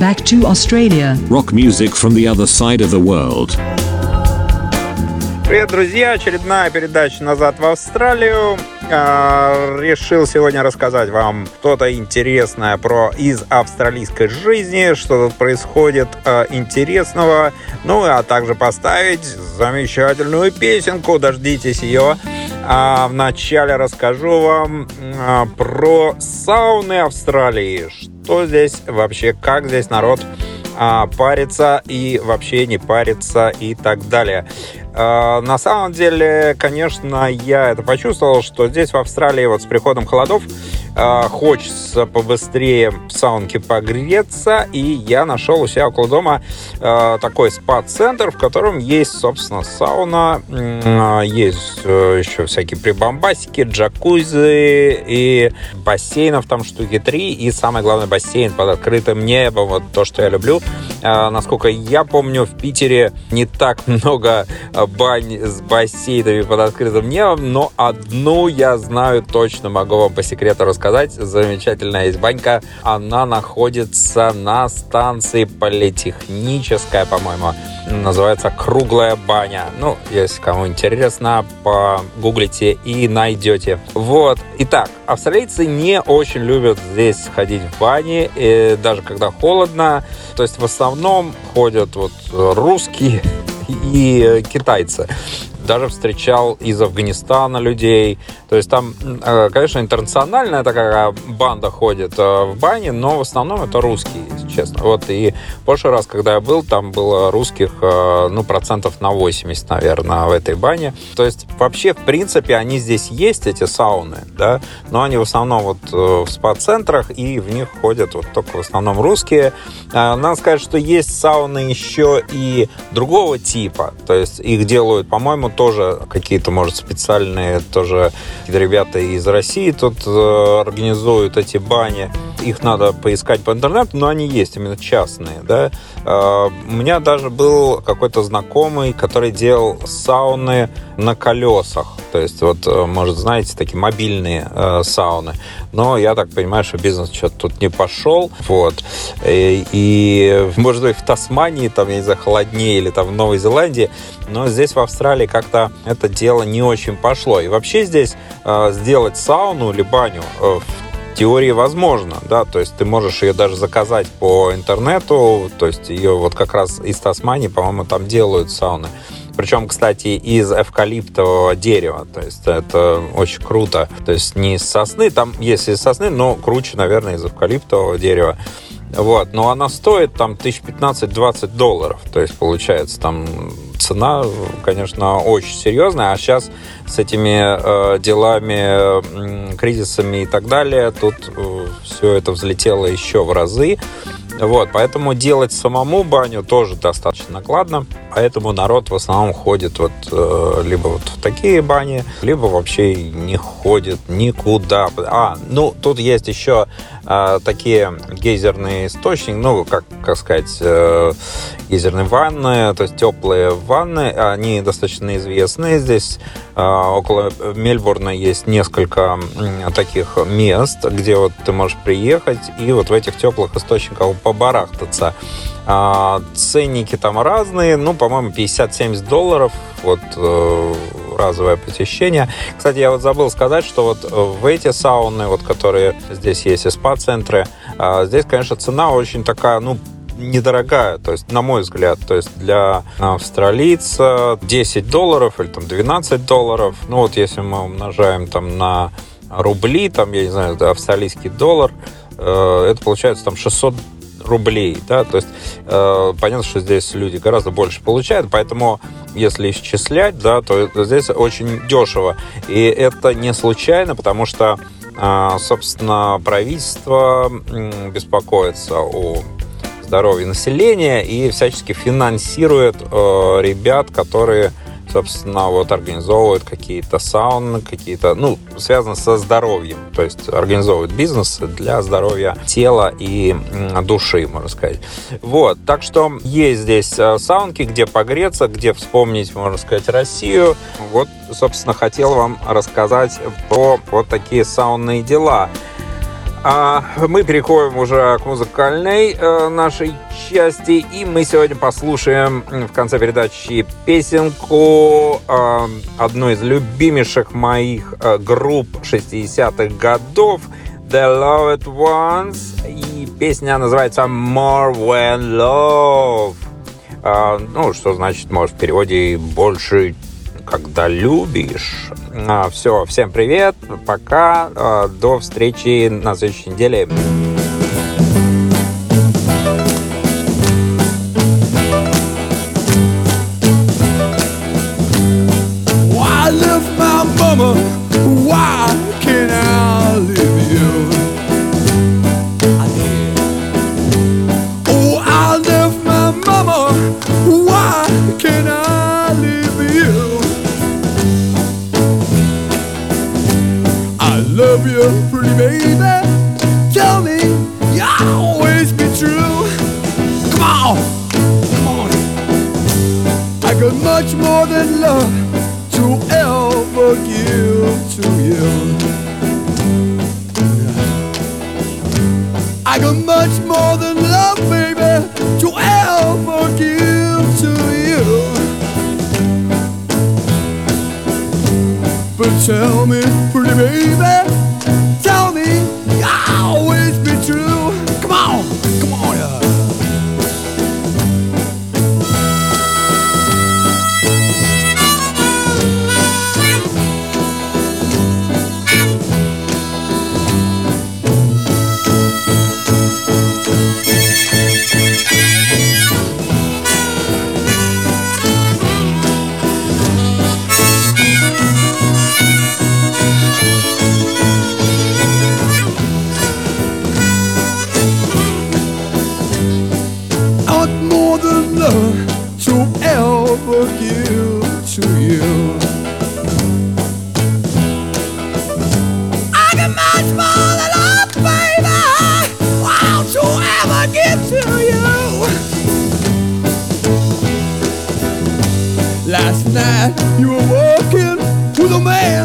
back to Australia. Rock music from the other side of the world. Привет, друзья! Очередная передача «Назад в Австралию». Решил сегодня рассказать вам что-то интересное из австралийской жизни, что тут происходит интересного. Ну, а также поставить замечательную песенку. Дождитесь ее. Вначале расскажу вам про сауны Австралии. Что здесь вообще, как здесь народ парится и вообще не парится и так далее. На самом деле, конечно, я это почувствовал, что здесь в Австралии вот с приходом холодов хочется побыстрее в саунке погреться, и я нашел у себя около дома такой спа-центр, в котором есть, собственно, сауна, есть еще всякие прибамбасики, джакузи и бассейнов там штуки 3, и самое главное бассейн под открытым небом, вот то, что я люблю. Насколько я помню, в Питере не так много бань с бассейнами под открытым небом, но одну я знаю точно, могу вам по секрету рассказать. Замечательная есть банька. Она находится на станции Политехническая, по-моему. Называется «Круглая баня». Ну, если кому интересно, погуглите и найдете. Вот. Итак, австралийцы не очень любят здесь ходить в бане, и даже когда холодно. То есть в основном ходят вот русские и китайцы. Даже встречал из Афганистана людей. То есть там, конечно, интернациональная такая банда ходит в бане, но в основном это русские, если честно. Вот, и в прошлый раз, когда я был, там было русских, процентов на 80, наверное, в этой бане. То есть вообще, в принципе, они здесь есть, эти сауны, да, но они в основном вот в спа-центрах, и в них ходят вот только в основном русские. Надо сказать, что есть сауны еще и другого типа. То есть их делают, по-моему, тоже какие-то, может, специальные тоже какие-то ребята из России тут организуют эти бани. Их надо поискать по интернету, но они есть, именно частные, да. У меня даже был какой-то знакомый, который делал сауны на колесах. То есть, вот, может, знаете, такие мобильные сауны. Но я так понимаю, что бизнес что-то тут не пошел. Вот. И может быть, в Тасмании, там, я не знаю, холоднее, или там в Новой Зеландии. Но здесь, в Австралии, как-то это дело не очень пошло. И вообще здесь сделать сауну или баню в теории возможно, да, то есть ты можешь ее даже заказать по интернету, то есть ее вот как раз из Тасмании, по-моему, там делают сауны. Причем, кстати, из эвкалиптового дерева, то есть это очень круто. То есть не из сосны, там есть из сосны, но круче, наверное, из эвкалиптового дерева. Вот, но она стоит там $15-20, то есть получается там цена, конечно, очень серьезная, а сейчас с этими делами, кризисами и так далее, тут все это взлетело еще в разы. Вот, поэтому делать самому баню тоже достаточно накладно, поэтому народ в основном ходит вот либо вот в такие бани, либо вообще не ходит никуда. Тут есть еще такие гейзерные источники, как сказать, гейзерные ванны, то есть теплые ванны, они достаточно известные. Здесь около Мельбурна есть несколько таких мест, где вот ты можешь приехать и вот в этих теплых источниках побарахтаться. Ценники там разные, по-моему, $50-70 вот разовое посещение. Кстати, я вот забыл сказать, что вот в эти сауны, вот которые здесь есть и спа-центры, здесь, конечно, цена очень такая, недорогая, то есть, на мой взгляд, то есть для австралийца $10 или там $12, вот если мы умножаем там на рубли, там, я не знаю, австралийский доллар, это получается там 600 рублей, да, то есть понятно, что здесь люди гораздо больше получают, поэтому если исчислять, да, то здесь очень дешево, и это не случайно, потому что, собственно, правительство беспокоится о здоровье населения и всячески финансирует ребят, которые, собственно, вот организовывают какие-то сауны, какие-то, связано со здоровьем, то есть организовывают бизнесы для здоровья тела и души, можно сказать. Вот, так что есть здесь саунки, где погреться, где вспомнить, можно сказать, Россию. Вот, собственно, хотел вам рассказать про вот такие саунные дела. Мы переходим уже к музыкальной нашей части, и мы сегодня послушаем в конце передачи песенку одной из любимейших моих групп 60-х годов The Loved Ones, и песня называется More Than Love. Ну, что значит, может, в переводе больше, когда любишь. Все, всем привет, пока, до встречи на следующей неделе. Why left my mama? Why can't I leave you? I did. Oh, I left my mama. Why can't I leave you? I love you, pretty baby. Tell me you'll always be true. Come on, come on. I got much more than love to ever give to you. I got much more than love, baby, to ever give to you. But tell me, pretty baby, tell me you'll always be true. Come on, come on, yeah. Last night you were walking with a man